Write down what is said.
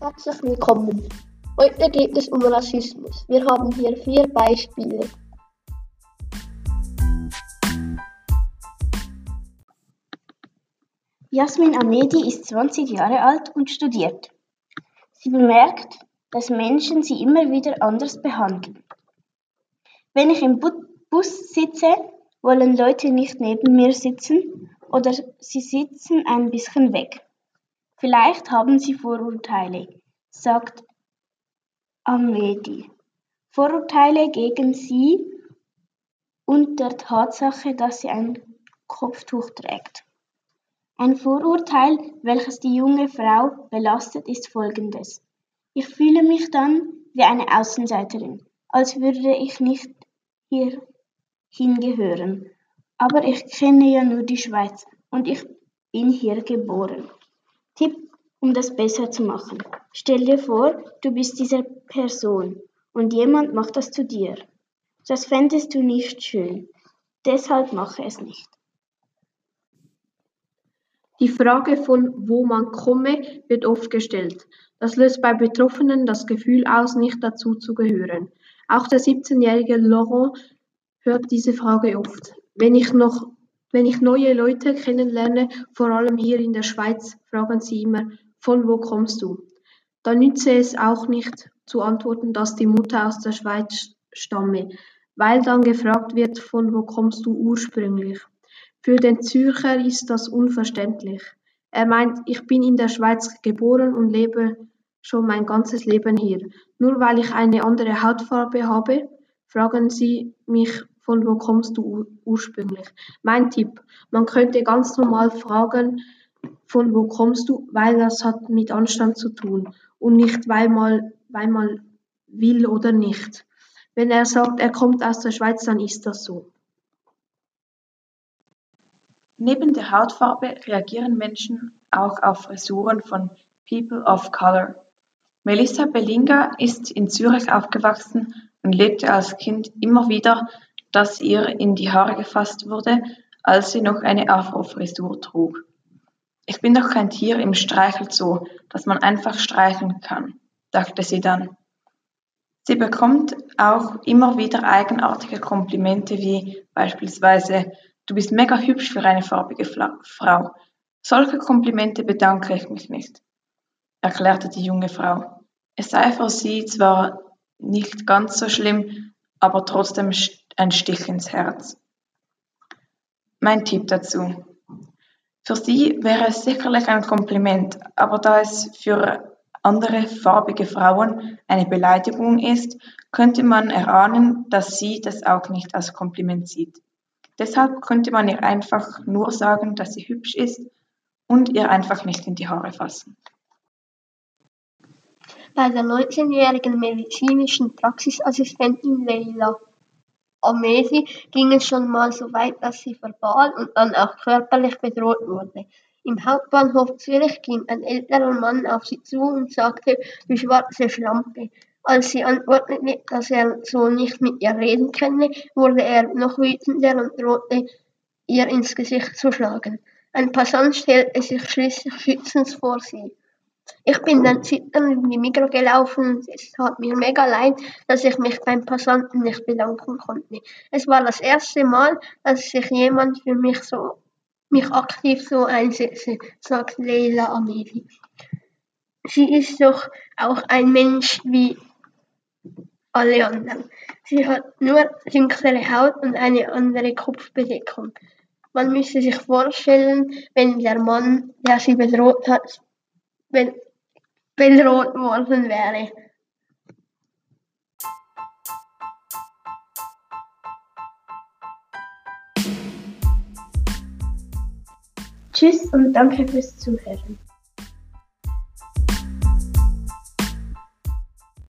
Herzlich willkommen. Heute geht es um Rassismus. Wir haben hier 4 Beispiele. Yasmin Ahmedi ist 20 Jahre alt und studiert. Sie bemerkt, dass Menschen sie immer wieder anders behandeln. Wenn ich im Bus sitze, wollen Leute nicht neben mir sitzen oder sie sitzen ein bisschen weg. Vielleicht haben sie Vorurteile, sagt Ahmedi. Vorurteile gegen sie und der Tatsache, dass sie ein Kopftuch trägt. Ein Vorurteil, welches die junge Frau belastet, ist folgendes: Ich fühle mich dann wie eine Außenseiterin, als würde ich nicht hier hingehören. Aber ich kenne ja nur die Schweiz und ich bin hier geboren. Tipp, um das besser zu machen: Stell dir vor, du bist diese Person und jemand macht das zu dir. Das fändest du nicht schön. Deshalb mache es nicht. Die Frage von wo man komme wird oft gestellt. Das löst bei Betroffenen das Gefühl aus, nicht dazu zu gehören. Auch der 17-jährige Laurent hört diese Frage oft. Wenn ich neue Leute kennenlerne, vor allem hier in der Schweiz, fragen sie immer, von wo kommst du? Da nütze es auch nicht zu antworten, dass die Mutter aus der Schweiz stamme, weil dann gefragt wird, von wo kommst du ursprünglich? Für den Zürcher ist das unverständlich. Er meint, ich bin in der Schweiz geboren und lebe schon mein ganzes Leben hier. Nur weil ich eine andere Hautfarbe habe, fragen sie mich, von wo kommst du ursprünglich? Mein Tipp, man könnte ganz normal fragen, von wo kommst du, weil das hat mit Anstand zu tun und nicht, weil man will oder nicht. Wenn er sagt, er kommt aus der Schweiz, dann ist das so. Neben der Hautfarbe reagieren Menschen auch auf Frisuren von People of Color. Melissa Bellinga ist in Zürich aufgewachsen und lebte als Kind immer wieder, dass ihr in die Haare gefasst wurde, als sie noch eine Afro-Frisur trug. Ich bin doch kein Tier im Streichelzoo, das man einfach streicheln kann, dachte sie dann. Sie bekommt auch immer wieder eigenartige Komplimente wie beispielsweise Du bist mega hübsch für eine farbige Frau. Solche Komplimente bedanke ich mich nicht, erklärte die junge Frau. Es sei für sie zwar nicht ganz so schlimm, aber trotzdem ein Stich ins Herz. Mein Tipp dazu. Für sie wäre es sicherlich ein Kompliment, aber da es für andere farbige Frauen eine Beleidigung ist, könnte man erahnen, dass sie das auch nicht als Kompliment sieht. Deshalb könnte man ihr einfach nur sagen, dass sie hübsch ist und ihr einfach nicht in die Haare fassen. Bei der 19-jährigen medizinischen Praxisassistentin Leila Ahmedi ging es schon mal so weit, dass sie verbal und dann auch körperlich bedroht wurde. Im Hauptbahnhof Zürich ging ein älterer Mann auf sie zu und sagte, du schwarze Schlampe. Als sie antwortete, dass er so nicht mit ihr reden könne, wurde er noch wütender und drohte, ihr ins Gesicht zu schlagen. Ein Passant stellte sich schließlich schützend vor sie. Ich bin dann zitternd in die Migros gelaufen und es tat mir mega leid, dass ich mich beim Passanten nicht bedanken konnte. Es war das erste Mal, dass sich jemand für mich aktiv so einsetze, sagt Leila Ahmedi. Sie ist doch auch ein Mensch wie alle anderen. Sie hat nur dunklere Haut und eine andere Kopfbedeckung. Man müsse sich vorstellen, wenn der Mann, der sie bedroht hat, bedroht worden wäre. Tschüss und danke fürs Zuhören.